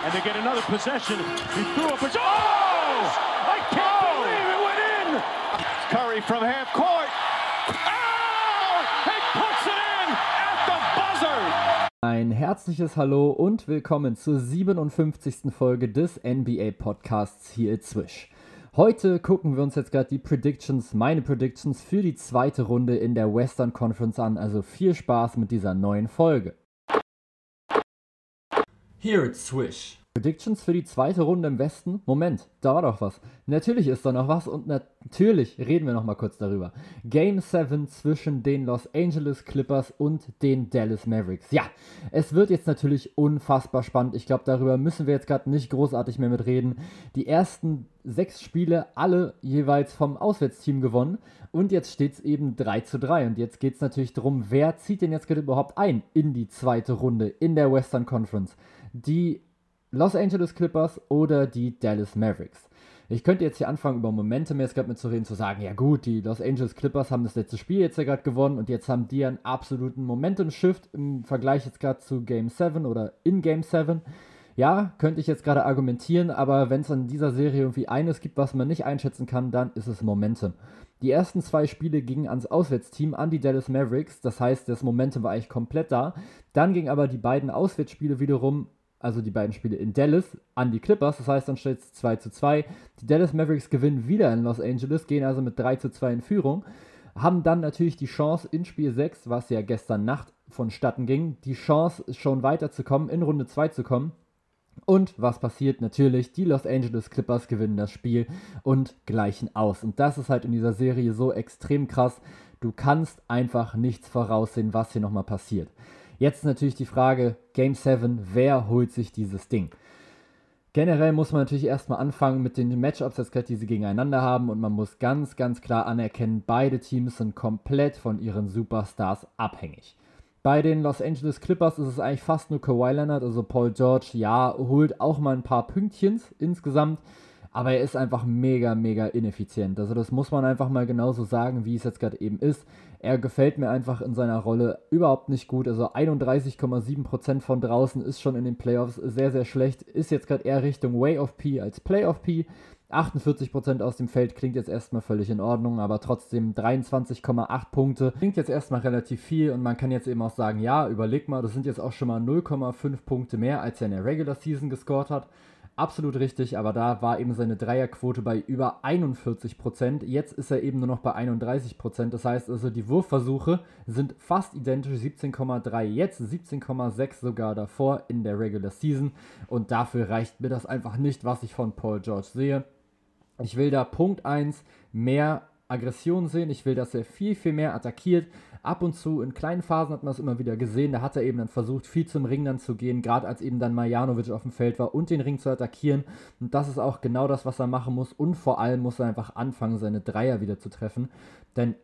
and they get another possession. He threw up. Oh! I can't believe it went in! Curry from half court. Oh! He puts it in at the buzzer! Ein herzliches Hallo und willkommen zur 57. Folge des NBA Podcasts hier at Swish. Heute gucken wir uns jetzt gerade meine Predictions für die zweite Runde in der Western Conference an, also viel Spaß mit dieser neuen Folge. Here at Swish. Predictions für die zweite Runde im Westen? Moment, da war doch was. Natürlich ist da noch was und natürlich reden wir noch mal kurz darüber. Game 7 zwischen den Los Angeles Clippers und den Dallas Mavericks. Ja, es wird jetzt natürlich unfassbar spannend. Ich glaube, darüber müssen wir jetzt gerade nicht großartig mehr mitreden. Die ersten 6 Spiele, alle jeweils vom Auswärtsteam gewonnen. Und jetzt steht es eben 3-3. Und jetzt geht es natürlich darum, wer zieht denn jetzt gerade überhaupt ein in die zweite Runde in der Western Conference? Die Los Angeles Clippers oder die Dallas Mavericks. Ich könnte jetzt hier anfangen, über Momentum jetzt gerade mitzureden, zu sagen, ja gut, die Los Angeles Clippers haben das letzte Spiel jetzt ja gerade gewonnen und jetzt haben die einen absoluten Momentum-Shift im Vergleich jetzt gerade zu Game 7 oder in Game 7. Ja, könnte ich jetzt gerade argumentieren, aber wenn es an dieser Serie irgendwie eines gibt, was man nicht einschätzen kann, dann ist es Momentum. Die ersten 2 Spiele gingen ans Auswärtsteam, an die Dallas Mavericks, das heißt, das Momentum war eigentlich komplett da. Dann gingen aber die beiden Auswärtsspiele wiederum, also die beiden Spiele in Dallas, an die Clippers. Das heißt, dann steht es 2-2. Die Dallas Mavericks gewinnen wieder in Los Angeles, gehen also mit 3-2 in Führung. Haben dann natürlich die Chance in Spiel 6, was ja gestern Nacht vonstatten ging, die Chance schon weiterzukommen, in Runde 2 zu kommen. Und was passiert? Natürlich, die Los Angeles Clippers gewinnen das Spiel und gleichen aus. Und das ist halt in dieser Serie so extrem krass. Du kannst einfach nichts voraussehen, was hier nochmal passiert. Jetzt natürlich die Frage, Game 7, wer holt sich dieses Ding? Generell muss man natürlich erstmal anfangen mit den Matchups, die sie gegeneinander haben, und man muss ganz, ganz klar anerkennen, beide Teams sind komplett von ihren Superstars abhängig. Bei den Los Angeles Clippers ist es eigentlich fast nur Kawhi Leonard, also Paul George, ja, holt auch mal ein paar Pünktchens insgesamt, aber er ist einfach mega, mega ineffizient. Also das muss man einfach mal genauso sagen, wie es jetzt gerade eben ist. Er gefällt mir einfach in seiner Rolle überhaupt nicht gut. Also 31,7% von draußen ist schon in den Playoffs sehr, sehr schlecht. Ist jetzt gerade eher Richtung Way of P als Play of P. 48% aus dem Feld klingt jetzt erstmal völlig in Ordnung, aber trotzdem 23,8 Punkte. Klingt jetzt erstmal relativ viel und man kann jetzt eben auch sagen, ja, überleg mal, das sind jetzt auch schon mal 0,5 Punkte mehr, als er in der Regular Season gescored hat. Absolut richtig, aber da war eben seine Dreierquote bei über 41%. Jetzt ist er eben nur noch bei 31%. Das heißt also, die Wurfversuche sind fast identisch, 17,3 jetzt, 17,6 sogar davor in der Regular Season. Und dafür reicht mir das einfach nicht, was ich von Paul George sehe. Ich will da Punkt 1 mehr Aggression sehen. Ich will, dass er viel, viel mehr attackiert. Ab und zu, in kleinen Phasen hat man es immer wieder gesehen, da hat er eben dann versucht, viel zum Ring dann zu gehen, gerade als eben dann Marjanovic auf dem Feld war und den Ring zu attackieren. Und das ist auch genau das, was er machen muss. Und vor allem muss er einfach anfangen, seine Dreier wieder zu treffen. Denn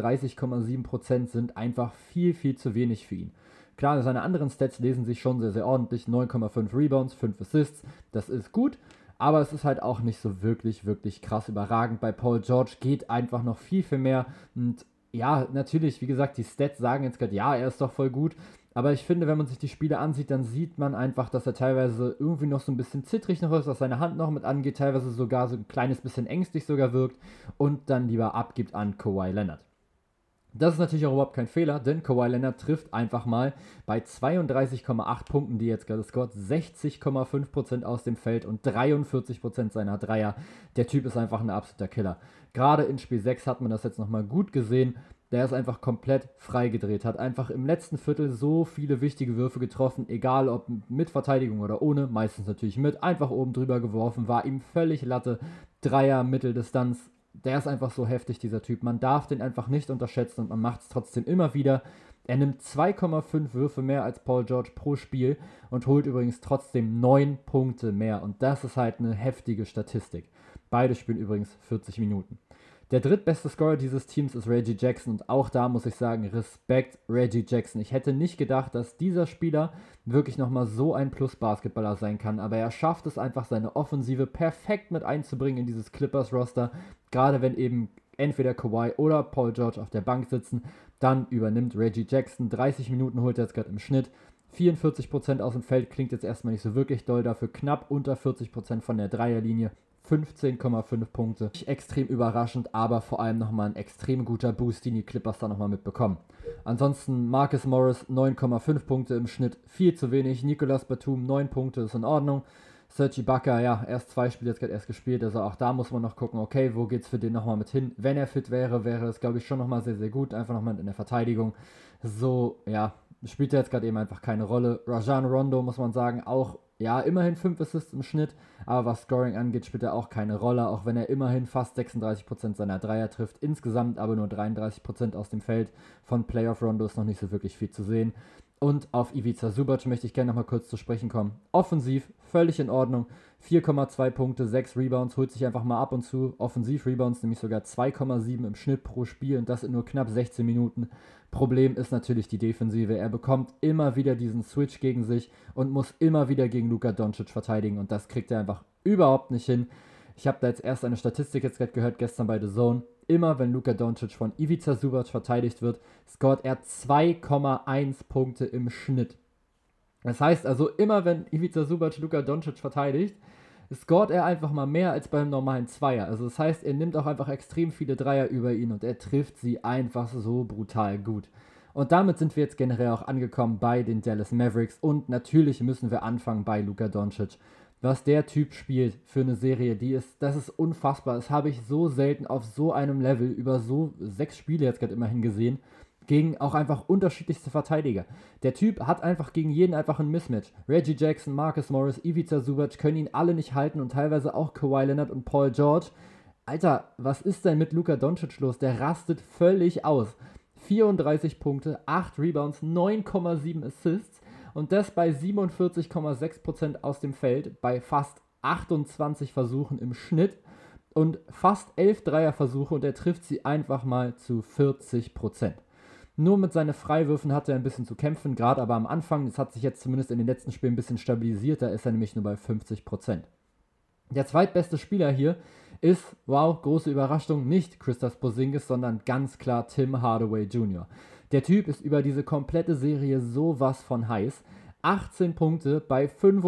31,7% sind einfach viel, viel zu wenig für ihn. Klar, seine anderen Stats lesen sich schon sehr, sehr ordentlich. 9,5 Rebounds, 5 Assists, das ist gut. Aber es ist halt auch nicht so wirklich, wirklich krass überragend. Bei Paul George geht einfach noch viel, viel mehr. Und ja, natürlich, wie gesagt, die Stats sagen jetzt gerade, ja, er ist doch voll gut. Aber ich finde, wenn man sich die Spiele ansieht, dann sieht man einfach, dass er teilweise irgendwie noch so ein bisschen zittrig noch ist, was seine Hand noch mit angeht, teilweise sogar so ein kleines bisschen ängstlich sogar wirkt und dann lieber abgibt an Kawhi Leonard. Das ist natürlich auch überhaupt kein Fehler, denn Kawhi Leonard trifft einfach mal bei 32,8 Punkten, die jetzt gerade scored, 60,5% aus dem Feld und 43% seiner Dreier. Der Typ ist einfach ein absoluter Killer. Gerade in Spiel 6 hat man das jetzt nochmal gut gesehen. Der ist einfach komplett freigedreht, hat einfach im letzten Viertel so viele wichtige Würfe getroffen, egal ob mit Verteidigung oder ohne, meistens natürlich mit, einfach oben drüber geworfen, war ihm völlig Latte, Dreier, Mitteldistanz. Der ist einfach so heftig, dieser Typ. Man darf den einfach nicht unterschätzen und man macht es trotzdem immer wieder. Er nimmt 2,5 Würfe mehr als Paul George pro Spiel und holt übrigens trotzdem 9 Punkte mehr. Und das ist halt eine heftige Statistik. Beide spielen übrigens 40 Minuten. Der drittbeste Scorer dieses Teams ist Reggie Jackson und auch da muss ich sagen, Respekt Reggie Jackson. Ich hätte nicht gedacht, dass dieser Spieler wirklich nochmal so ein Plus-Basketballer sein kann, aber er schafft es einfach, seine Offensive perfekt mit einzubringen in dieses Clippers-Roster, gerade wenn eben entweder Kawhi oder Paul George auf der Bank sitzen, dann übernimmt Reggie Jackson, 30 Minuten holt er jetzt gerade im Schnitt, 44% aus dem Feld klingt jetzt erstmal nicht so wirklich doll, dafür knapp unter 40% von der Dreierlinie. 15,5 Punkte. Extrem überraschend, aber vor allem nochmal ein extrem guter Boost, den die Clippers da nochmal mitbekommen. Ansonsten Marcus Morris 9,5 Punkte im Schnitt, viel zu wenig. Nicolas Batum 9 Punkte, ist in Ordnung. Serge Ibaka, ja, erst 2 Spiele, jetzt gerade erst gespielt, also auch da muss man noch gucken, okay, wo geht's für den nochmal mit hin? Wenn er fit wäre, wäre es, glaube ich, schon nochmal sehr, sehr gut, einfach nochmal in der Verteidigung. So, ja, spielt er jetzt gerade eben einfach keine Rolle. Rajon Rondo, muss man sagen, auch, ja, immerhin 5 Assists im Schnitt, aber was Scoring angeht, spielt er auch keine Rolle, auch wenn er immerhin fast 36% seiner Dreier trifft, insgesamt aber nur 33% aus dem Feld. Von Playoff Rondo ist noch nicht so wirklich viel zu sehen. Und auf Ivica Zubac möchte ich gerne nochmal kurz zu sprechen kommen. Offensiv, völlig in Ordnung. 4,2 Punkte, 6 Rebounds, holt sich einfach mal ab und zu. Offensiv-Rebounds, nämlich sogar 2,7 im Schnitt pro Spiel und das in nur knapp 16 Minuten. Problem ist natürlich die Defensive. Er bekommt immer wieder diesen Switch gegen sich und muss immer wieder gegen Luka Doncic verteidigen und das kriegt er einfach überhaupt nicht hin. Ich habe da jetzt erst eine Statistik jetzt gerade gehört, gestern bei The Zone. Immer wenn Luka Doncic von Ivica Zubac verteidigt wird, scoret er 2,1 Punkte im Schnitt. Das heißt also, immer wenn Ivica Zubac Luka Doncic verteidigt, scoret er einfach mal mehr als beim normalen Zweier. Also das heißt, er nimmt auch einfach extrem viele Dreier über ihn und er trifft sie einfach so brutal gut. Und damit sind wir jetzt generell auch angekommen bei den Dallas Mavericks und natürlich müssen wir anfangen bei Luka Doncic. Was der Typ spielt für eine Serie, das ist unfassbar. Das habe ich so selten auf so einem Level über so 6 Spiele jetzt gerade immerhin gesehen, gegen auch einfach unterschiedlichste Verteidiger. Der Typ hat einfach gegen jeden einfach ein Mismatch. Reggie Jackson, Marcus Morris, Ivica Zubac können ihn alle nicht halten und teilweise auch Kawhi Leonard und Paul George. Alter, was ist denn mit Luka Doncic los? Der rastet völlig aus. 34 Punkte, 8 Rebounds, 9,7 Assists. Und das bei 47,6% aus dem Feld, bei fast 28 Versuchen im Schnitt und fast 11 Dreierversuche und er trifft sie einfach mal zu 40%. Nur mit seinen Freiwürfen hat er ein bisschen zu kämpfen, gerade aber am Anfang, das hat sich jetzt zumindest in den letzten Spielen ein bisschen stabilisiert, da ist er nämlich nur bei 50%. Der zweitbeste Spieler hier ist, wow, große Überraschung, nicht Kristaps Porzingis, sondern ganz klar Tim Hardaway Jr. Der Typ ist über diese komplette Serie sowas von heiß. 18 Punkte bei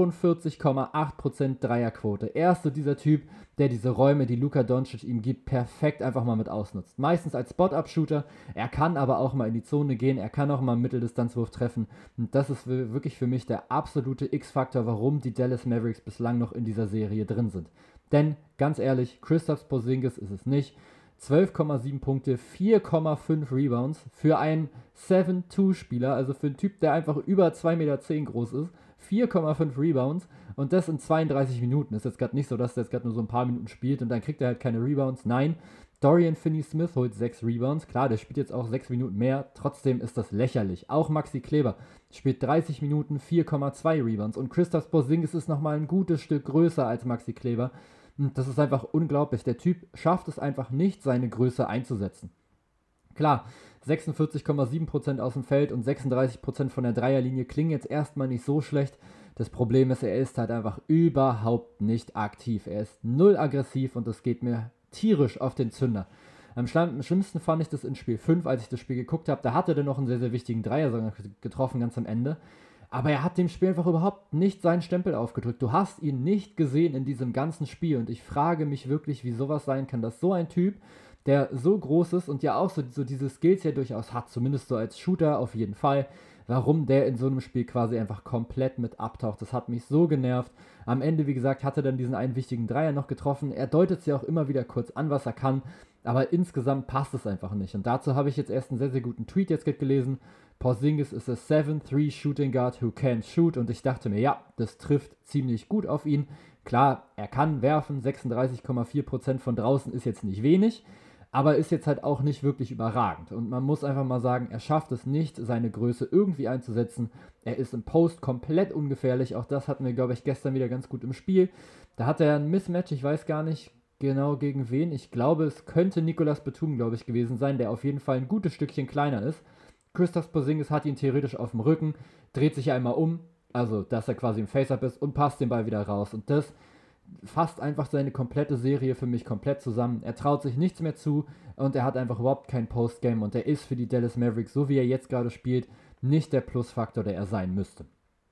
45,8% Dreierquote. Er ist so dieser Typ, der diese Räume, die Luka Doncic ihm gibt, perfekt einfach mal mit ausnutzt. Meistens als Spot-Up-Shooter, er kann aber auch mal in die Zone gehen, er kann auch mal einen Mitteldistanzwurf treffen. Und das ist wirklich für mich der absolute X-Faktor, warum die Dallas Mavericks bislang noch in dieser Serie drin sind. Denn, ganz ehrlich, Kristaps Porzingis ist es nicht. 12,7 Punkte, 4,5 Rebounds für einen 7-2-Spieler, also für einen Typ, der einfach über 2,10 Meter groß ist. 4,5 Rebounds und das in 32 Minuten. Ist jetzt gerade nicht so, dass der jetzt gerade nur so ein paar Minuten spielt und dann kriegt er halt keine Rebounds. Nein, Dorian Finney-Smith holt 6 Rebounds. Klar, der spielt jetzt auch 6 Minuten mehr. Trotzdem ist das lächerlich. Auch Maxi Kleber spielt 30 Minuten, 4,2 Rebounds. Und Kristaps Porzingis ist nochmal ein gutes Stück größer als Maxi Kleber. Und das ist einfach unglaublich. Der Typ schafft es einfach nicht, seine Größe einzusetzen. Klar, 46,7% aus dem Feld und 36% von der Dreierlinie klingen jetzt erstmal nicht so schlecht. Das Problem ist, er ist halt einfach überhaupt nicht aktiv. Er ist null aggressiv und das geht mir tierisch auf den Zünder. Am schlimmsten fand ich das in Spiel 5, als ich das Spiel geguckt habe. Da hat er dann noch einen sehr, sehr wichtigen Dreier getroffen, ganz am Ende. Aber er hat dem Spiel einfach überhaupt nicht seinen Stempel aufgedrückt. Du hast ihn nicht gesehen in diesem ganzen Spiel. Und ich frage mich wirklich, wie sowas sein kann, dass so ein Typ, der so groß ist und ja auch so diese Skills ja durchaus hat, zumindest so als Shooter auf jeden Fall, warum der in so einem Spiel quasi einfach komplett mit abtaucht. Das hat mich so genervt. Am Ende, wie gesagt, hat er dann diesen einen wichtigen Dreier noch getroffen. Er deutet sich auch immer wieder kurz an, was er kann. Aber insgesamt passt es einfach nicht. Und dazu habe ich jetzt erst einen sehr, sehr guten Tweet jetzt gelesen. Porzingis is a 7-3 Shooting Guard who can shoot. Und ich dachte mir, ja, das trifft ziemlich gut auf ihn. Klar, er kann werfen. 36,4% von draußen ist jetzt nicht wenig. Aber ist jetzt halt auch nicht wirklich überragend. Und man muss einfach mal sagen, er schafft es nicht, seine Größe irgendwie einzusetzen. Er ist im Post komplett ungefährlich. Auch das hatten wir, glaube ich, gestern wieder ganz gut im Spiel. Da hat er ein Mismatch, ich weiß gar nicht genau gegen wen. Ich glaube, es könnte Nicolas Batum, glaube ich, gewesen sein, der auf jeden Fall ein gutes Stückchen kleiner ist. Kristaps Porzingis hat ihn theoretisch auf dem Rücken, dreht sich einmal um, also dass er quasi im Face-Up ist und passt den Ball wieder raus. Und das fasst einfach seine komplette Serie für mich komplett zusammen. Er traut sich nichts mehr zu und er hat einfach überhaupt kein Postgame und er ist für die Dallas Mavericks, so wie er jetzt gerade spielt, nicht der Plusfaktor, der er sein müsste.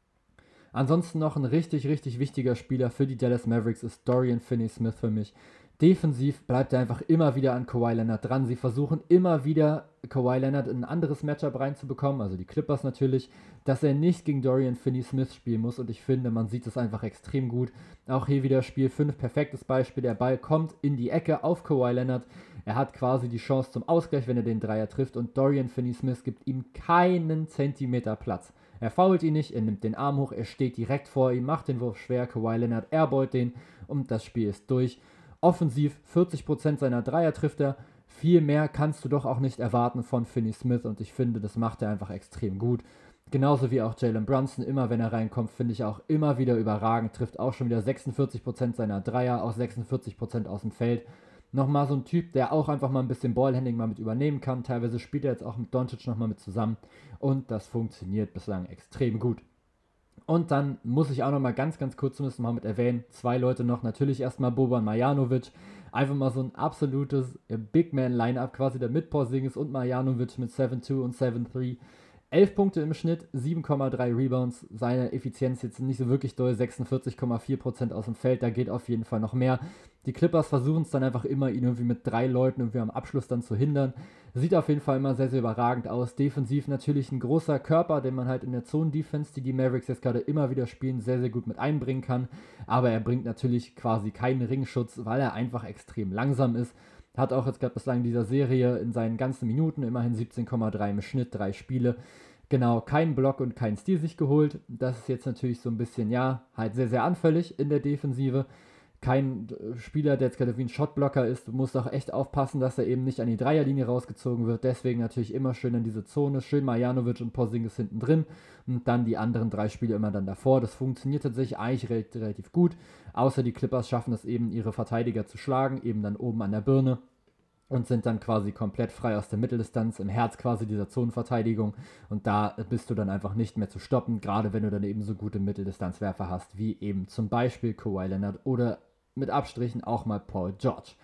Ansonsten noch ein richtig, richtig wichtiger Spieler für die Dallas Mavericks ist Dorian Finney-Smith für mich. Defensiv bleibt er einfach immer wieder an Kawhi Leonard dran. Sie versuchen immer wieder, Kawhi Leonard in ein anderes Matchup reinzubekommen, also die Clippers natürlich, dass er nicht gegen Dorian Finney-Smith spielen muss und ich finde, man sieht es einfach extrem gut. Auch hier wieder Spiel 5, perfektes Beispiel, der Ball kommt in die Ecke auf Kawhi Leonard. Er hat quasi die Chance zum Ausgleich, wenn er den Dreier trifft und Dorian Finney-Smith gibt ihm keinen Zentimeter Platz. Er foult ihn nicht, er nimmt den Arm hoch, er steht direkt vor ihm, macht den Wurf schwer, Kawhi Leonard airballt den und das Spiel ist durch. Offensiv 40% seiner Dreier trifft er. Viel mehr kannst du doch auch nicht erwarten von Finney-Smith und ich finde, das macht er einfach extrem gut. Genauso wie auch Jalen Brunson, immer wenn er reinkommt, finde ich auch immer wieder überragend, trifft auch schon wieder 46% seiner Dreier, auch 46% aus dem Feld. Nochmal so ein Typ, der auch einfach mal ein bisschen Ballhandling mal mit übernehmen kann. Teilweise spielt er jetzt auch mit Doncic nochmal mit zusammen und das funktioniert bislang extrem gut. Und dann muss ich auch noch mal ganz, ganz kurz zumindest mal mit erwähnen, 2 Leute noch, natürlich erstmal Boban Marjanovic, einfach mal so ein absolutes Big Man Lineup quasi, der mit Porzingis und Marjanovic mit 7-2 und 7-3, 11 Punkte im Schnitt, 7,3 Rebounds, seine Effizienz jetzt nicht so wirklich doll, 46,4% aus dem Feld, da geht auf jeden Fall noch mehr. Die Clippers versuchen es dann einfach immer, ihn irgendwie mit 3 Leuten irgendwie am Abschluss dann zu hindern. Sieht auf jeden Fall immer sehr, sehr überragend aus. Defensiv natürlich ein großer Körper, den man halt in der Zone-Defense, die Mavericks jetzt gerade immer wieder spielen, sehr, sehr gut mit einbringen kann. Aber er bringt natürlich quasi keinen Ringschutz, weil er einfach extrem langsam ist. Hat auch jetzt gerade bislang in dieser Serie in seinen ganzen Minuten immerhin 17,3 im Schnitt, 3 Spiele. Genau, keinen Block und keinen Steal sich geholt. Das ist jetzt natürlich so ein bisschen, ja, halt sehr, sehr anfällig in der Defensive. Kein Spieler, der jetzt gerade wie ein Shotblocker ist, muss auch echt aufpassen, dass er eben nicht an die Dreierlinie rausgezogen wird. Deswegen natürlich immer schön in diese Zone, schön Marjanovic und Porzingis hinten drin und dann die anderen 3 Spiele immer dann davor. Das funktioniert tatsächlich eigentlich relativ gut, außer die Clippers schaffen es eben, ihre Verteidiger zu schlagen, eben dann oben an der Birne und sind dann quasi komplett frei aus der Mitteldistanz, im Herz quasi dieser Zonenverteidigung und da bist du dann einfach nicht mehr zu stoppen, gerade wenn du dann eben so gute Mitteldistanzwerfer hast, wie eben zum Beispiel Kawhi Leonard oder mit Abstrichen auch mal Paul George.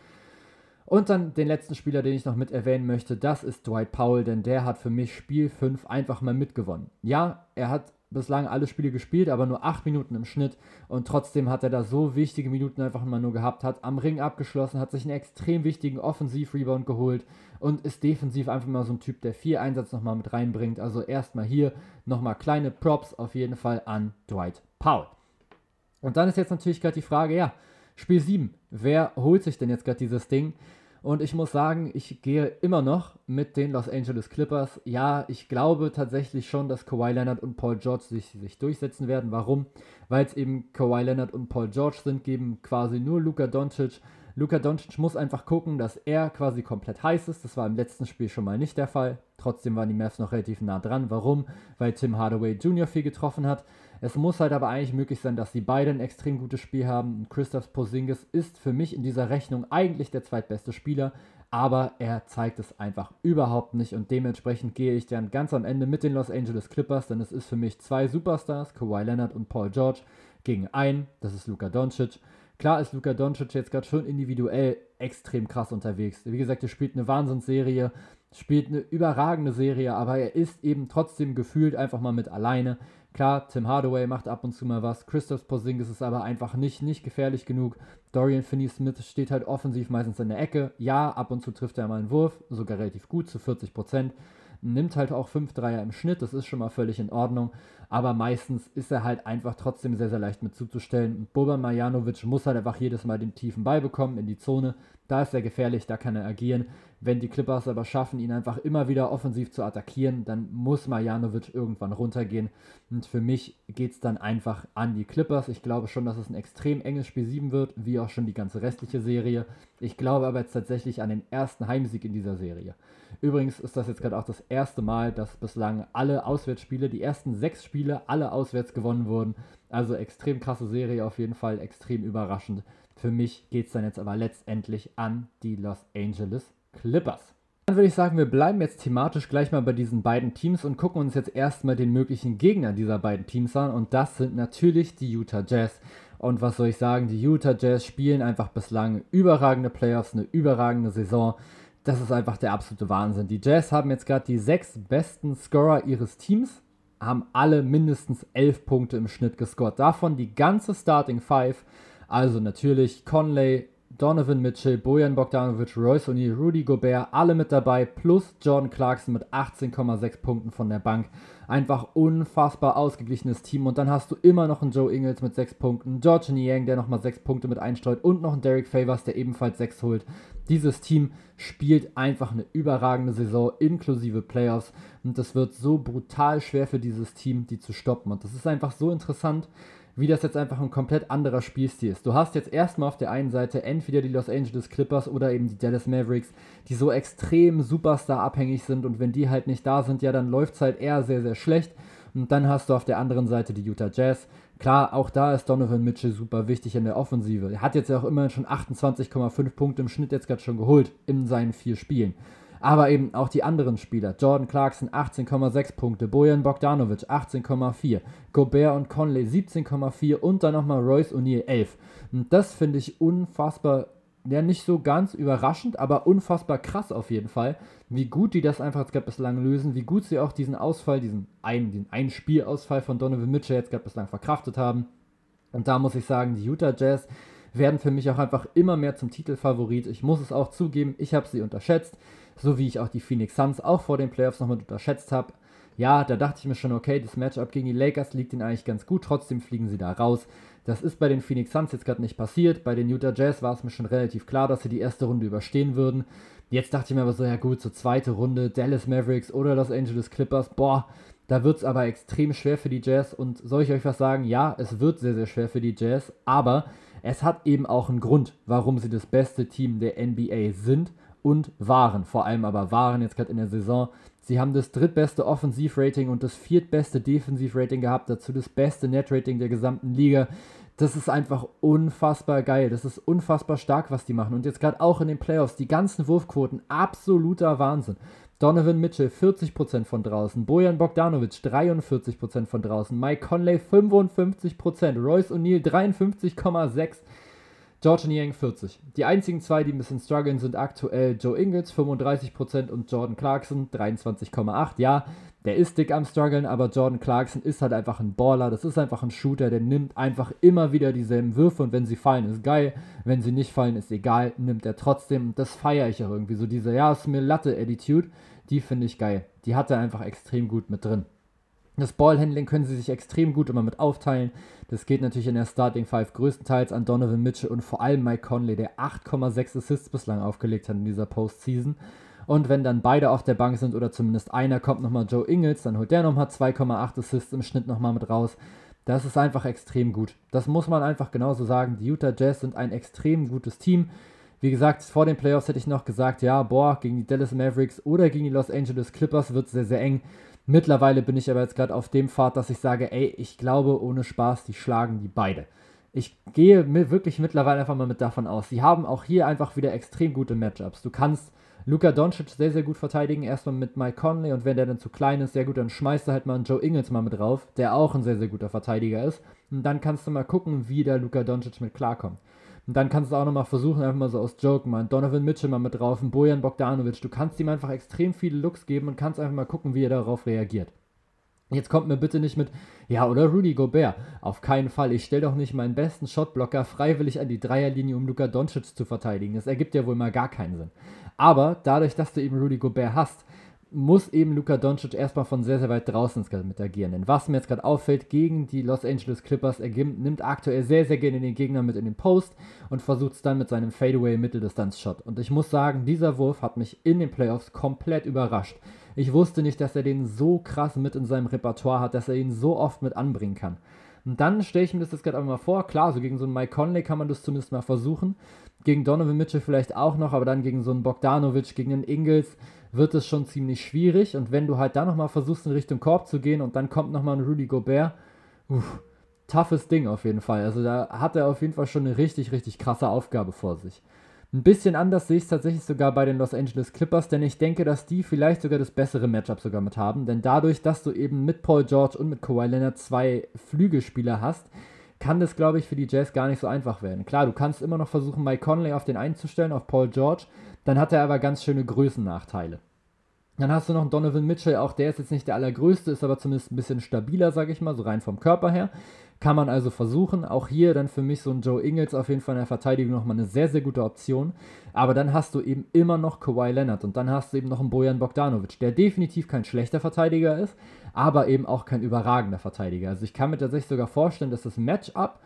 Und dann den letzten Spieler, den ich noch mit erwähnen möchte, das ist Dwight Powell, denn der hat für mich Spiel 5 einfach mal mitgewonnen. Ja, er hat bislang alle Spiele gespielt, aber nur 8 Minuten im Schnitt und trotzdem hat er da so wichtige Minuten einfach mal nur gehabt, hat am Ring abgeschlossen, hat sich einen extrem wichtigen Offensiv-Rebound geholt und ist defensiv einfach mal so ein Typ, der viel Einsatz nochmal mit reinbringt. Also erstmal hier nochmal kleine Props auf jeden Fall an Dwight Powell. Und dann ist jetzt natürlich gerade die Frage, ja, Spiel 7. Wer holt sich denn jetzt gerade dieses Ding? Und ich muss sagen, ich gehe immer noch mit den Los Angeles Clippers. Ja, ich glaube tatsächlich schon, dass Kawhi Leonard und Paul George sich durchsetzen werden. Warum? Weil es eben Kawhi Leonard und Paul George sind, geben quasi nur Luka Doncic. Luka Doncic muss einfach gucken, dass er quasi komplett heiß ist. Das war im letzten Spiel schon mal nicht der Fall. Trotzdem waren die Mavs noch relativ nah dran. Warum? Weil Tim Hardaway Jr. viel getroffen hat. Es muss halt aber eigentlich möglich sein, dass die beiden ein extrem gutes Spiel haben. Und Kristaps Porzingis ist für mich in dieser Rechnung eigentlich der zweitbeste Spieler, aber er zeigt es einfach überhaupt nicht und dementsprechend gehe ich dann ganz am Ende mit den Los Angeles Clippers, denn es ist für mich 2 Superstars, Kawhi Leonard und Paul George, gegen einen, das ist Luka Doncic. Klar ist Luka Doncic jetzt gerade schon individuell extrem krass unterwegs. Wie gesagt, er spielt eine Wahnsinnsserie, spielt eine überragende Serie, aber er ist eben trotzdem gefühlt einfach mal mit alleine. Klar, Tim Hardaway macht ab und zu mal was, Kristaps Porzingis ist aber einfach nicht gefährlich genug. Dorian Finney-Smith steht halt offensiv meistens in der Ecke. Ja, ab und zu trifft er mal einen Wurf, sogar relativ gut, zu 40%. Nimmt halt auch 5 Dreier im Schnitt, das ist schon mal völlig in Ordnung. Aber meistens ist er halt einfach trotzdem sehr, sehr leicht mit zuzustellen. Boban Marjanovic muss halt einfach jedes Mal den tiefen Ball bekommen in die Zone. Da ist er gefährlich, da kann er agieren. Wenn die Clippers aber schaffen, ihn einfach immer wieder offensiv zu attackieren, dann muss Marjanovic irgendwann runtergehen. Und für mich geht es dann einfach an die Clippers. Ich glaube schon, dass es ein extrem enges Spiel 7 wird, wie auch schon die ganze restliche Serie. Ich glaube aber jetzt tatsächlich an den ersten Heimsieg in dieser Serie. Übrigens ist das jetzt gerade auch das erste Mal, dass bislang alle Auswärtsspiele, die ersten 6 Spiele, alle auswärts gewonnen wurden. Also extrem krasse Serie auf jeden Fall, extrem überraschend. Für mich geht es dann jetzt aber letztendlich an die Los Angeles Clippers. Dann würde ich sagen, wir bleiben jetzt thematisch gleich mal bei diesen beiden Teams und gucken uns jetzt erstmal den möglichen Gegner dieser beiden Teams an und das sind natürlich die Utah Jazz. Und was soll ich sagen, die Utah Jazz spielen einfach bislang überragende Playoffs, eine überragende Saison. Das ist einfach der absolute Wahnsinn. Die Jazz haben jetzt gerade die 6 besten Scorer ihres Teams, haben alle mindestens 11 Punkte im Schnitt gescored. Davon die ganze Starting Five, also natürlich Conley, Donovan Mitchell, Bojan Bogdanovic, Royce O'Neal, Rudy Gobert, alle mit dabei, plus Jordan Clarkson mit 18,6 Punkten von der Bank. Einfach unfassbar ausgeglichenes Team. Und dann hast du immer noch einen Joe Ingles mit 6 Punkten, Georges Niang, der nochmal 6 Punkte mit einstreut und noch einen Derek Favors, der ebenfalls 6 holt. Dieses Team spielt einfach eine überragende Saison, inklusive Playoffs. Und das wird so brutal schwer für dieses Team, die zu stoppen. Und das ist einfach so interessant, wie das jetzt einfach ein komplett anderer Spielstil ist. Du hast jetzt erstmal auf der einen Seite entweder die Los Angeles Clippers oder eben die Dallas Mavericks, die so extrem Superstar-abhängig sind und wenn die halt nicht da sind, ja, dann läuft es halt eher sehr, sehr schlecht. Und dann hast du auf der anderen Seite die Utah Jazz. Klar, auch da ist Donovan Mitchell super wichtig in der Offensive. Er hat jetzt ja auch immerhin schon 28,5 Punkte im Schnitt jetzt gerade schon geholt in seinen 4 Spielen. Aber eben auch die anderen Spieler. Jordan Clarkson 18,6 Punkte, Bojan Bogdanovic 18,4, Gobert und Conley 17,4 und dann nochmal Royce O'Neal 11. Und das finde ich unfassbar, ja nicht so ganz überraschend, aber unfassbar krass auf jeden Fall, wie gut die das einfach jetzt gerade bislang lösen, wie gut sie auch diesen Ausfall, diesen einen Spielausfall von Donovan Mitchell jetzt gerade bislang verkraftet haben. Und da muss ich sagen, die Utah Jazz werden für mich auch einfach immer mehr zum Titelfavorit. Ich muss es auch zugeben, ich habe sie unterschätzt. So wie ich auch die Phoenix Suns auch vor den Playoffs nochmal unterschätzt habe. Ja, da dachte ich mir schon, okay, das Matchup gegen die Lakers liegt ihnen eigentlich ganz gut, trotzdem fliegen sie da raus. Das ist bei den Phoenix Suns jetzt gerade nicht passiert. Bei den Utah Jazz war es mir schon relativ klar, dass sie die erste Runde überstehen würden. Jetzt dachte ich mir aber so, ja gut, so zweite Runde, Dallas Mavericks oder Los Angeles Clippers, boah, da wird es aber extrem schwer für die Jazz. Und soll ich euch was sagen? Ja, es wird sehr, sehr schwer für die Jazz, aber es hat eben auch einen Grund, warum sie das beste Team der NBA sind und waren, vor allem aber waren jetzt gerade in der Saison. Sie haben das drittbeste Offensivrating und das viertbeste Defensivrating gehabt, dazu das beste Netrating der gesamten Liga. Das ist einfach unfassbar geil, das ist unfassbar stark, was die machen. Und jetzt gerade auch in den Playoffs, die ganzen Wurfquoten, absoluter Wahnsinn. Donovan Mitchell 40% von draußen, Bojan Bogdanovic 43% von draußen, Mike Conley 55%, Royce O'Neal 53,6%, Georges Niang 40. Die einzigen zwei, die ein bisschen strugglen, sind aktuell Joe Ingles 35% und Jordan Clarkson 23,8%. Ja, der ist dick am struggeln, aber Jordan Clarkson ist halt einfach ein Baller, das ist einfach ein Shooter, der nimmt einfach immer wieder dieselben Würfe und wenn sie fallen, ist geil, wenn sie nicht fallen, ist egal, nimmt er trotzdem. Das feiere ich auch irgendwie, so diese, ja, ist mir Latte-Attitude, die finde ich geil. Die hat er einfach extrem gut mit drin. Das Ballhandling können sie sich extrem gut immer mit aufteilen. Das geht natürlich in der Starting Five größtenteils an Donovan Mitchell und vor allem Mike Conley, der 8,6 Assists bislang aufgelegt hat in dieser Postseason. Und wenn dann beide auf der Bank sind oder zumindest einer, kommt nochmal Joe Ingles, dann holt der nochmal 2,8 Assists im Schnitt nochmal mit raus. Das ist einfach extrem gut. Das muss man einfach genauso sagen. Die Utah Jazz sind ein extrem gutes Team. Wie gesagt, vor den Playoffs hätte ich noch gesagt, ja, gegen die Dallas Mavericks oder gegen die Los Angeles Clippers wird es sehr, sehr eng. Mittlerweile bin ich aber jetzt gerade auf dem Pfad, dass ich sage, ey, ich glaube, ohne Spaß, die schlagen die beide. Ich gehe mir wirklich mittlerweile einfach mal mit davon aus. Sie haben auch hier einfach wieder extrem gute Matchups. Du kannst Luka Doncic sehr, sehr gut verteidigen, erstmal mit Mike Conley und wenn der dann zu klein ist, sehr gut, dann schmeißt du halt mal einen Joe Ingles mal mit drauf, der auch ein sehr, sehr guter Verteidiger ist. Und dann kannst du mal gucken, wie der Luka Doncic mit klarkommt. Und dann kannst du auch nochmal versuchen, einfach mal so aus Joke mal einen Donovan Mitchell mal mit drauf, einen Bojan Bogdanovic. Du kannst ihm einfach extrem viele Looks geben und kannst einfach mal gucken, wie er darauf reagiert. Jetzt kommt mir bitte nicht mit, ja, oder Rudy Gobert. Auf keinen Fall. Ich stelle doch nicht meinen besten Shotblocker freiwillig an die Dreierlinie, um Luka Doncic zu verteidigen. Das ergibt ja wohl mal gar keinen Sinn. Aber dadurch, dass du eben Rudy Gobert hast, muss eben Luka Doncic erstmal von sehr, sehr weit draußen mit agieren. Denn was mir jetzt gerade auffällt, gegen die Los Angeles Clippers, er nimmt aktuell sehr, sehr gerne den Gegner mit in den Post und versucht es dann mit seinem Fadeaway-Mitteldistanz-Shot. Und ich muss sagen, dieser Wurf hat mich in den Playoffs komplett überrascht. Ich wusste nicht, dass er den so krass mit in seinem Repertoire hat, dass er ihn so oft mit anbringen kann. Und dann stelle ich mir das jetzt gerade einmal vor, klar, so gegen so einen Mike Conley kann man das zumindest mal versuchen, gegen Donovan Mitchell vielleicht auch noch, aber dann gegen so einen Bogdanovic, gegen den Ingles wird es schon ziemlich schwierig und wenn du halt dann nochmal versuchst in Richtung Korb zu gehen und dann kommt nochmal ein Rudy Gobert, toughes Ding auf jeden Fall, also da hat er auf jeden Fall schon eine richtig, richtig krasse Aufgabe vor sich. Ein bisschen anders sehe ich es tatsächlich sogar bei den Los Angeles Clippers, denn ich denke, dass die vielleicht sogar das bessere Matchup sogar mit haben, denn dadurch, dass du eben mit Paul George und mit Kawhi Leonard zwei Flügelspieler hast, kann das, glaube ich, für die Jazz gar nicht so einfach werden. Klar, du kannst immer noch versuchen, Mike Conley auf den einzustellen, auf Paul George, dann hat er aber ganz schöne Größennachteile. Dann hast du noch einen Donovan Mitchell, auch der ist jetzt nicht der allergrößte, ist aber zumindest ein bisschen stabiler, sage ich mal, so rein vom Körper her. Kann man also versuchen. Auch hier dann für mich so ein Joe Ingles auf jeden Fall in der Verteidigung nochmal eine sehr, sehr gute Option. Aber dann hast du eben immer noch Kawhi Leonard und dann hast du eben noch einen Bojan Bogdanovic, der definitiv kein schlechter Verteidiger ist, aber eben auch kein überragender Verteidiger. Also ich kann mir tatsächlich sogar vorstellen, dass das Matchup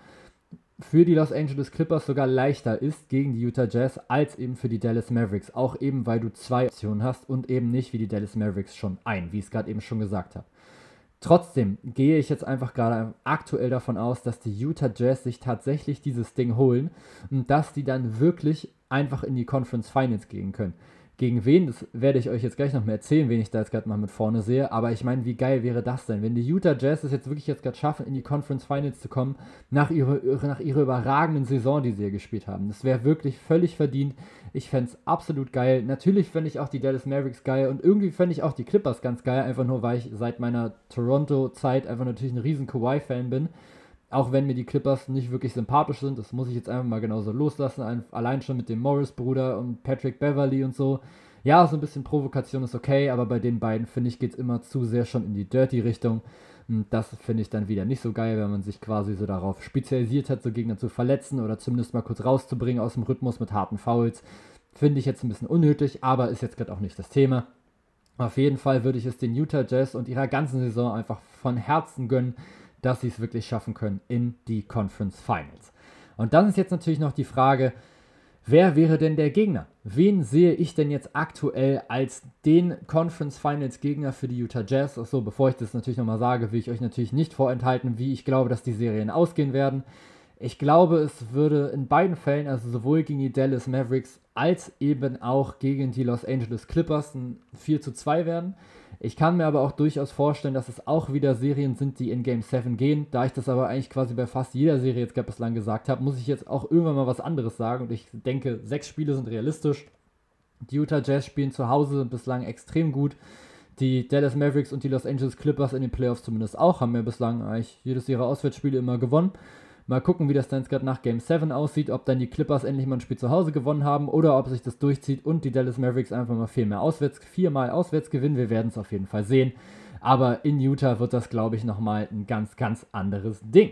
für die Los Angeles Clippers sogar leichter ist gegen die Utah Jazz als eben für die Dallas Mavericks. Auch eben, weil du zwei Optionen hast und eben nicht wie die Dallas Mavericks schon wie ich es gerade eben schon gesagt habe. Trotzdem gehe ich jetzt einfach gerade aktuell davon aus, dass die Utah Jazz sich tatsächlich dieses Ding holen und dass die dann wirklich einfach in die Conference Finals gehen können. Gegen wen, das werde ich euch jetzt gleich noch mehr erzählen, wen ich da jetzt gerade mal mit vorne sehe, aber ich meine, wie geil wäre das denn, wenn die Utah Jazz es jetzt wirklich jetzt gerade schaffen, in die Conference Finals zu kommen, nach ihrer überragenden Saison, die sie hier gespielt haben. Das wäre wirklich völlig verdient. Ich fände es absolut geil. Natürlich fände ich auch die Dallas Mavericks geil und irgendwie fände ich auch die Clippers ganz geil, einfach nur, weil ich seit meiner Toronto-Zeit einfach natürlich ein riesen Kawhi-Fan bin. Auch wenn mir die Clippers nicht wirklich sympathisch sind, das muss ich jetzt einfach mal genauso loslassen, allein schon mit dem Morris-Bruder und Patrick Beverley und so. Ja, so ein bisschen Provokation ist okay, aber bei den beiden, finde ich, geht es immer zu sehr schon in die Dirty-Richtung. Und das finde ich dann wieder nicht so geil, wenn man sich quasi so darauf spezialisiert hat, so Gegner zu verletzen oder zumindest mal kurz rauszubringen aus dem Rhythmus mit harten Fouls. Finde ich jetzt ein bisschen unnötig, aber ist jetzt gerade auch nicht das Thema. Auf jeden Fall würde ich es den Utah Jazz und ihrer ganzen Saison einfach von Herzen gönnen, dass sie es wirklich schaffen können in die Conference Finals. Und dann ist jetzt natürlich noch die Frage, wer wäre denn der Gegner? Wen sehe ich denn jetzt aktuell als den Conference Finals Gegner für die Utah Jazz? Achso, bevor ich das natürlich nochmal sage, will ich euch natürlich nicht vorenthalten, wie ich glaube, dass die Serien ausgehen werden. Ich glaube, es würde in beiden Fällen, also sowohl gegen die Dallas Mavericks als eben auch gegen die Los Angeles Clippers, ein 4:2 werden. Ich kann mir aber auch durchaus vorstellen, dass es auch wieder Serien sind, die in Game 7 gehen. Da ich das aber eigentlich quasi bei fast jeder Serie jetzt gerade bislang gesagt habe, muss ich jetzt auch irgendwann mal was anderes sagen. Und ich denke, 6 Spiele sind realistisch. Die Utah Jazz spielen zu Hause bislang extrem gut. Die Dallas Mavericks und die Los Angeles Clippers in den Playoffs zumindest auch, haben ja bislang eigentlich jedes ihrer Auswärtsspiele immer gewonnen. Mal gucken, wie das dann jetzt gerade nach Game 7 aussieht, ob dann die Clippers endlich mal ein Spiel zu Hause gewonnen haben oder ob sich das durchzieht und die Dallas Mavericks einfach mal viermal auswärts gewinnen. Wir werden es auf jeden Fall sehen. Aber in Utah wird das, glaube ich, nochmal ein ganz, ganz anderes Ding.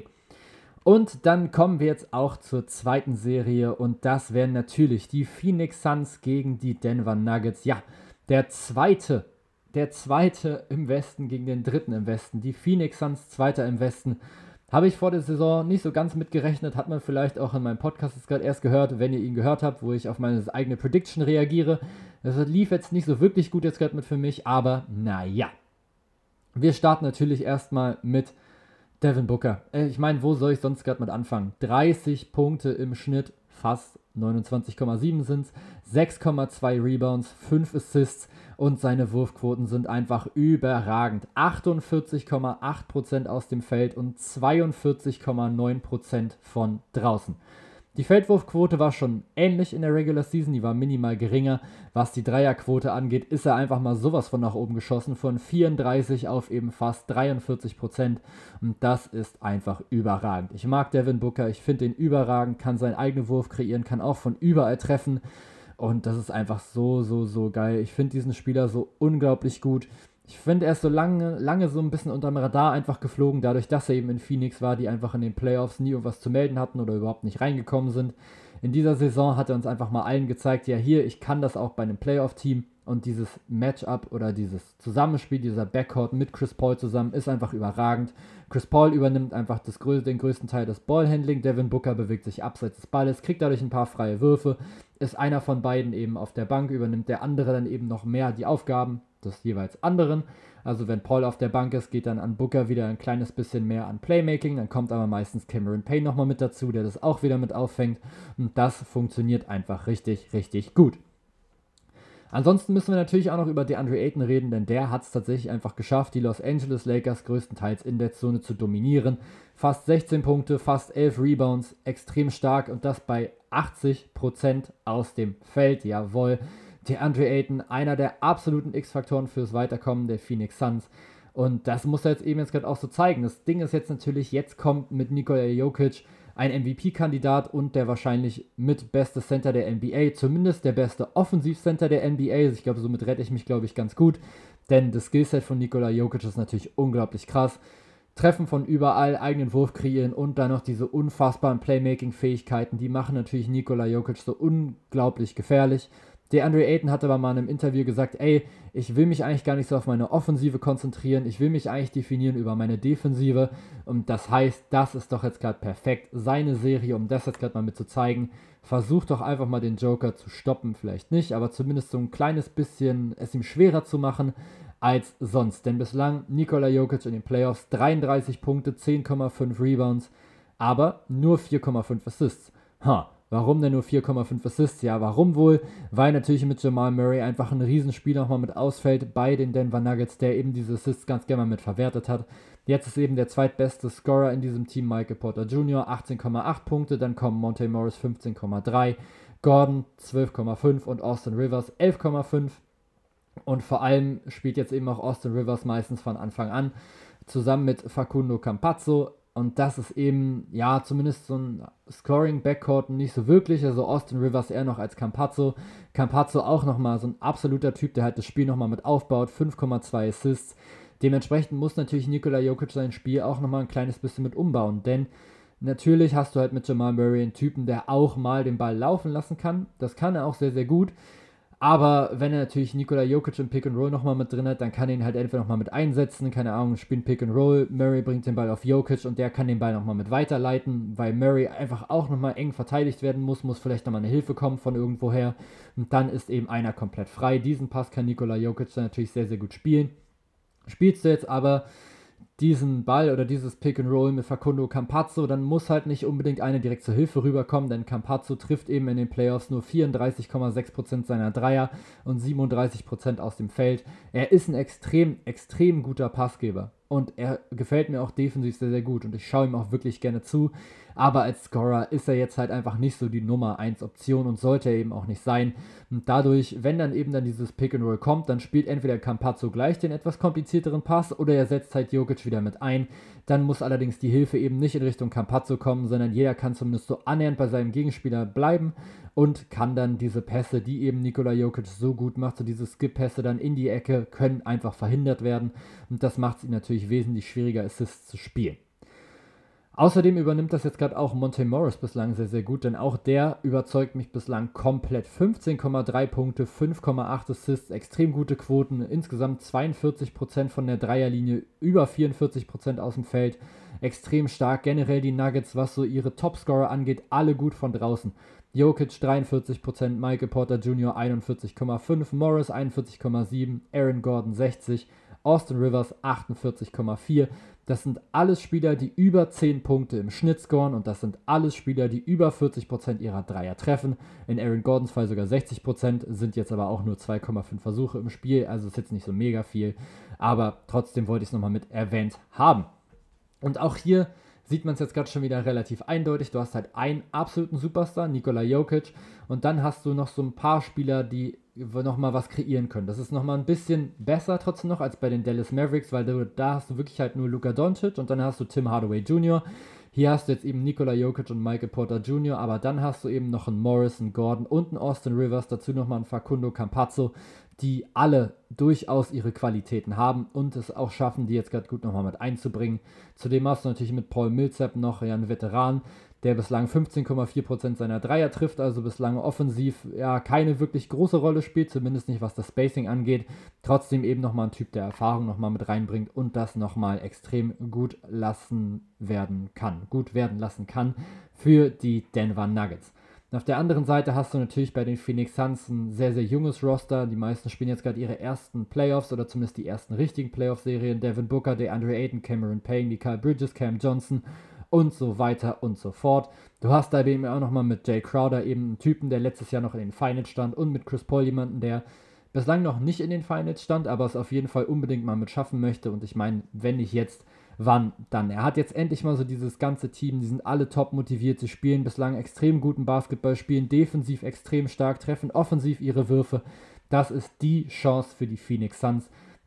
Und dann kommen wir jetzt auch zur zweiten Serie und das wären natürlich die Phoenix Suns gegen die Denver Nuggets. Ja, der zweite im Westen gegen den dritten im Westen. Die Phoenix Suns, zweiter im Westen. Habe ich vor der Saison nicht so ganz mitgerechnet, hat man vielleicht auch in meinem Podcast jetzt gerade erst gehört, wenn ihr ihn gehört habt, wo ich auf meine eigene Prediction reagiere. Das lief jetzt nicht so wirklich gut jetzt gerade mit für mich, aber naja. Wir starten natürlich erstmal mit Devin Booker. Ich meine, wo soll ich sonst gerade mit anfangen? 30 Punkte im Schnitt, fast 29,7 sind es, 6,2 Rebounds, 5 Assists und seine Wurfquoten sind einfach überragend. 48,8% aus dem Feld und 42,9% von draußen. Die Feldwurfquote war schon ähnlich in der Regular Season, die war minimal geringer. Was die Dreierquote angeht, ist er einfach mal sowas von nach oben geschossen, von 34 auf eben fast 43%. Und das ist einfach überragend. Ich mag Devin Booker, ich finde ihn überragend, kann seinen eigenen Wurf kreieren, kann auch von überall treffen. Und das ist einfach so geil. Ich finde diesen Spieler so unglaublich gut. Ich finde, er ist so lange so ein bisschen unterm Radar einfach geflogen, dadurch, dass er eben in Phoenix war, die einfach in den Playoffs nie irgendwas zu melden hatten oder überhaupt nicht reingekommen sind. In dieser Saison hat er uns einfach mal allen gezeigt, ja hier, ich kann das auch bei einem Playoff-Team und dieses Matchup oder dieses Zusammenspiel, dieser Backcourt mit Chris Paul zusammen ist einfach überragend. Chris Paul übernimmt einfach den größten Teil des Ballhandling, Devin Booker bewegt sich abseits des Balles, kriegt dadurch ein paar freie Würfe, ist einer von beiden eben auf der Bank, übernimmt der andere dann eben noch mehr die Aufgaben des jeweils anderen. Also wenn Paul auf der Bank ist, geht dann an Booker wieder ein kleines bisschen mehr an Playmaking, dann kommt aber meistens Cameron Payne nochmal mit dazu, der das auch wieder mit auffängt und das funktioniert einfach richtig, richtig gut. Ansonsten müssen wir natürlich auch noch über DeAndre Ayton reden, denn der hat es tatsächlich einfach geschafft, die Los Angeles Lakers größtenteils in der Zone zu dominieren. Fast 16 Punkte, fast 11 Rebounds, extrem stark und das bei 80% aus dem Feld, jawohl. DeAndre Ayton, einer der absoluten X-Faktoren fürs Weiterkommen der Phoenix Suns. Und das muss er jetzt gerade auch so zeigen. Das Ding ist jetzt natürlich, jetzt kommt mit Nikola Jokic ein MVP-Kandidat und der wahrscheinlich mit beste Center der NBA, zumindest der beste Offensivcenter der NBA. Also ich glaube, somit rette ich mich, ganz gut. Denn das Skillset von Nikola Jokic ist natürlich unglaublich krass. Treffen von überall, eigenen Wurf kreieren und dann noch diese unfassbaren Playmaking-Fähigkeiten, die machen natürlich Nikola Jokic so unglaublich gefährlich. DeAndre Ayton hat aber mal in einem Interview gesagt, ey, ich will mich eigentlich gar nicht so auf meine Offensive konzentrieren, ich will mich eigentlich definieren über meine Defensive und das heißt, das ist doch jetzt gerade perfekt, seine Serie, um das jetzt gerade mal mit zu zeigen. Versucht doch einfach mal den Joker zu stoppen, vielleicht nicht, aber zumindest so ein kleines bisschen es ihm schwerer zu machen als sonst. Denn bislang Nikola Jokic in den Playoffs 33 Punkte, 10,5 Rebounds, aber nur 4,5 Assists. Warum denn nur 4,5 Assists? Ja, warum wohl? Weil natürlich mit Jamal Murray einfach ein Riesenspiel nochmal mit ausfällt bei den Denver Nuggets, der eben diese Assists ganz gerne mal mit verwertet hat. Jetzt ist eben der zweitbeste Scorer in diesem Team Michael Porter Jr., 18,8 Punkte, dann kommen Monte Morris 15,3, Gordon 12,5 und Austin Rivers 11,5. Und vor allem spielt jetzt eben auch Austin Rivers meistens von Anfang an, zusammen mit Facundo Campazzo. Und das ist eben, ja, zumindest so ein Scoring-Backcourt nicht so wirklich. Also Austin Rivers eher noch als Campazzo. Campazzo auch nochmal so ein absoluter Typ, der halt das Spiel nochmal mit aufbaut. 5,2 Assists. Dementsprechend muss natürlich Nikola Jokic sein Spiel auch nochmal ein kleines bisschen mit umbauen. Denn natürlich hast du halt mit Jamal Murray einen Typen, der auch mal den Ball laufen lassen kann. Das kann er auch sehr, sehr gut. Aber wenn er natürlich Nikola Jokic im Pick and Roll nochmal mit drin hat, dann kann er ihn halt entweder nochmal mit einsetzen, keine Ahnung, spielen Pick and Roll, Murray bringt den Ball auf Jokic und der kann den Ball nochmal mit weiterleiten, weil Murray einfach auch nochmal eng verteidigt werden muss vielleicht nochmal eine Hilfe kommen von irgendwoher und dann ist eben einer komplett frei. Diesen Pass kann Nikola Jokic dann natürlich sehr, sehr gut spielen. Spielst du jetzt aber diesen Ball oder dieses Pick and Roll mit Facundo Campazzo, dann muss halt nicht unbedingt einer direkt zur Hilfe rüberkommen, denn Campazzo trifft eben in den Playoffs nur 34,6% seiner Dreier und 37% aus dem Feld. Er ist ein extrem, extrem guter Passgeber und er gefällt mir auch defensiv sehr, sehr gut und ich schaue ihm auch wirklich gerne zu, aber als Scorer ist er jetzt halt einfach nicht so die Nummer 1 Option und sollte er eben auch nicht sein. Und dadurch, wenn dann eben dieses Pick and Roll kommt, dann spielt entweder Campazzo gleich den etwas komplizierteren Pass oder er setzt halt Jokic wieder mit ein. Dann muss allerdings die Hilfe eben nicht in Richtung Campazzo kommen, sondern jeder kann zumindest so annähernd bei seinem Gegenspieler bleiben und kann dann diese Pässe, die eben Nikola Jokic so gut macht, so diese Skip-Pässe dann in die Ecke, können einfach verhindert werden und das macht es ihm natürlich wesentlich schwieriger, Assists zu spielen. Außerdem übernimmt das jetzt gerade auch Monte Morris bislang sehr, sehr gut, denn auch der überzeugt mich bislang komplett. 15,3 Punkte, 5,8 Assists, extrem gute Quoten, insgesamt 42% von der Dreierlinie, über 44% aus dem Feld, extrem stark. Generell die Nuggets, was so ihre Topscorer angeht, alle gut von draußen. Jokic 43%, Michael Porter Jr. 41,5, Morris 41,7, Aaron Gordon 60, Austin Rivers 48,4. Das sind alles Spieler, die über 10 Punkte im Schnitt scoren und das sind alles Spieler, die über 40% ihrer Dreier treffen. In Aaron Gordons Fall sogar 60%, sind jetzt aber auch nur 2,5 Versuche im Spiel, also ist jetzt nicht so mega viel, aber trotzdem wollte ich es nochmal mit erwähnt haben. Und auch hier sieht man es jetzt gerade schon wieder relativ eindeutig. Du hast halt einen absoluten Superstar, Nikola Jokic, und dann hast du noch so ein paar Spieler, die nochmal was kreieren können. Das ist nochmal ein bisschen besser trotzdem noch als bei den Dallas Mavericks, weil da hast du wirklich halt nur Luka Doncic und dann hast du Tim Hardaway Jr. Hier hast du jetzt eben Nikola Jokic und Michael Porter Jr., aber dann hast du eben noch einen Morris, einen Gordon und einen Austin Rivers, dazu nochmal einen Facundo Campazzo, die alle durchaus ihre Qualitäten haben und es auch schaffen, die jetzt gerade gut nochmal mit einzubringen. Zudem hast du natürlich mit Paul Millsap noch einen Veteran, der bislang 15,4% seiner Dreier trifft, also bislang offensiv ja keine wirklich große Rolle spielt, zumindest nicht was das Spacing angeht. Trotzdem eben nochmal ein Typ, der Erfahrung nochmal mit reinbringt und das nochmal extrem gut werden lassen kann für die Denver Nuggets. Und auf der anderen Seite hast du natürlich bei den Phoenix Suns ein sehr, sehr junges Roster. Die meisten spielen jetzt gerade ihre ersten Playoffs oder zumindest die ersten richtigen Playoff-Serien. Devin Booker, DeAndre Ayton, Cameron Payne, Mikal Bridges, Cam Johnson und so weiter und so fort. Du hast da eben auch nochmal mit Jay Crowder eben einen Typen, der letztes Jahr noch in den Finals stand und mit Chris Paul jemanden, der bislang noch nicht in den Finals stand, aber es auf jeden Fall unbedingt mal mit schaffen möchte. Und ich meine, wenn nicht jetzt, wann dann? Er hat jetzt endlich mal so dieses ganze Team, die sind alle top motiviert, sie spielen bislang extrem guten Basketball, spielen defensiv extrem stark, treffen offensiv ihre Würfe. Das ist die Chance für die Phoenix Suns,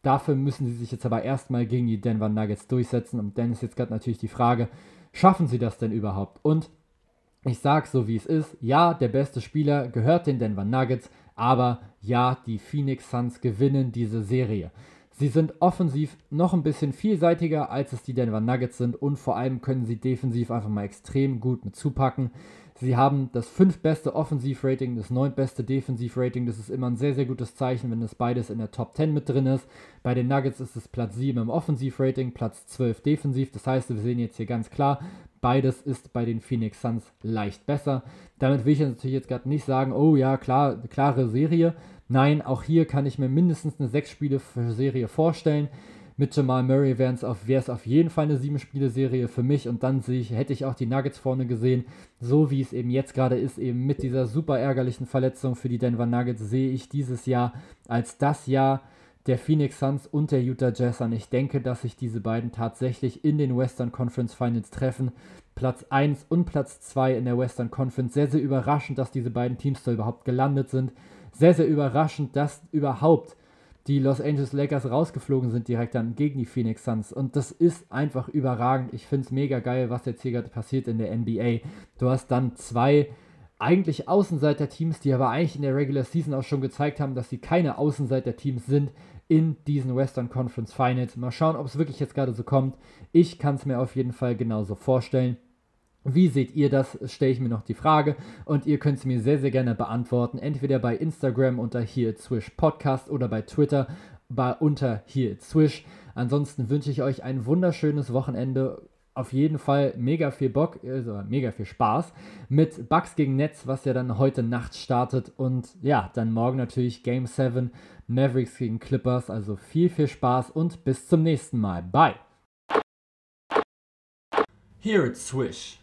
Dafür müssen sie sich jetzt aber erstmal gegen die Denver Nuggets durchsetzen. Und dann ist jetzt gerade natürlich die Frage, schaffen sie das denn überhaupt? Und ich sage so, wie es ist, ja, der beste Spieler gehört den Denver Nuggets, aber ja, die Phoenix Suns gewinnen diese Serie. Sie sind offensiv noch ein bisschen vielseitiger, als es die Denver Nuggets sind, und vor allem können sie defensiv einfach mal extrem gut mit zupacken. Sie haben das 5. beste Offensivrating, das 9. beste Defensivrating. Das ist immer ein sehr, sehr gutes Zeichen, wenn das beides in der Top 10 mit drin ist. Bei den Nuggets ist es Platz 7 im Offensivrating, Platz 12 defensiv. Das heißt, wir sehen jetzt hier ganz klar, beides ist bei den Phoenix Suns leicht besser. Damit will ich natürlich jetzt gerade nicht sagen, oh ja, klar, klare Serie. Nein, auch hier kann ich mir mindestens eine 6-Spiele-Serie vorstellen. Mit Jamal Murray wäre es auf jeden Fall eine 7-Spiele-Serie für mich, und dann hätte ich auch die Nuggets vorne gesehen, so wie es eben jetzt gerade ist, eben mit dieser super ärgerlichen Verletzung für die Denver Nuggets, sehe ich dieses Jahr als das Jahr der Phoenix Suns und der Utah Jazz an. Ich denke, dass sich diese beiden tatsächlich in den Western Conference Finals treffen. Platz 1 und Platz 2 in der Western Conference. Sehr, sehr überraschend, dass diese beiden Teams da überhaupt gelandet sind. Sehr, sehr überraschend, dass überhaupt die Los Angeles Lakers rausgeflogen sind direkt dann gegen die Phoenix Suns. Und das ist einfach überragend. Ich finde es mega geil, was jetzt hier gerade passiert in der NBA. Du hast dann 2 eigentlich Außenseiter-Teams, die aber eigentlich in der Regular Season auch schon gezeigt haben, dass sie keine Außenseiter-Teams sind in diesen Western Conference Finals. Mal schauen, ob es wirklich jetzt gerade so kommt. Ich kann es mir auf jeden Fall genauso vorstellen. Wie seht ihr das? Stelle ich mir noch die Frage, und ihr könnt es mir sehr, sehr gerne beantworten. Entweder bei Instagram unter HereItSwish Podcast oder bei Twitter unter HereItSwish. Ansonsten wünsche ich euch ein wunderschönes Wochenende. Auf jeden Fall mega viel Bock, also mega viel Spaß mit Bucks gegen Nets, was ja dann heute Nacht startet. Und ja, dann morgen natürlich Game 7, Mavericks gegen Clippers. Also viel, viel Spaß und bis zum nächsten Mal. Bye! HereItSwish.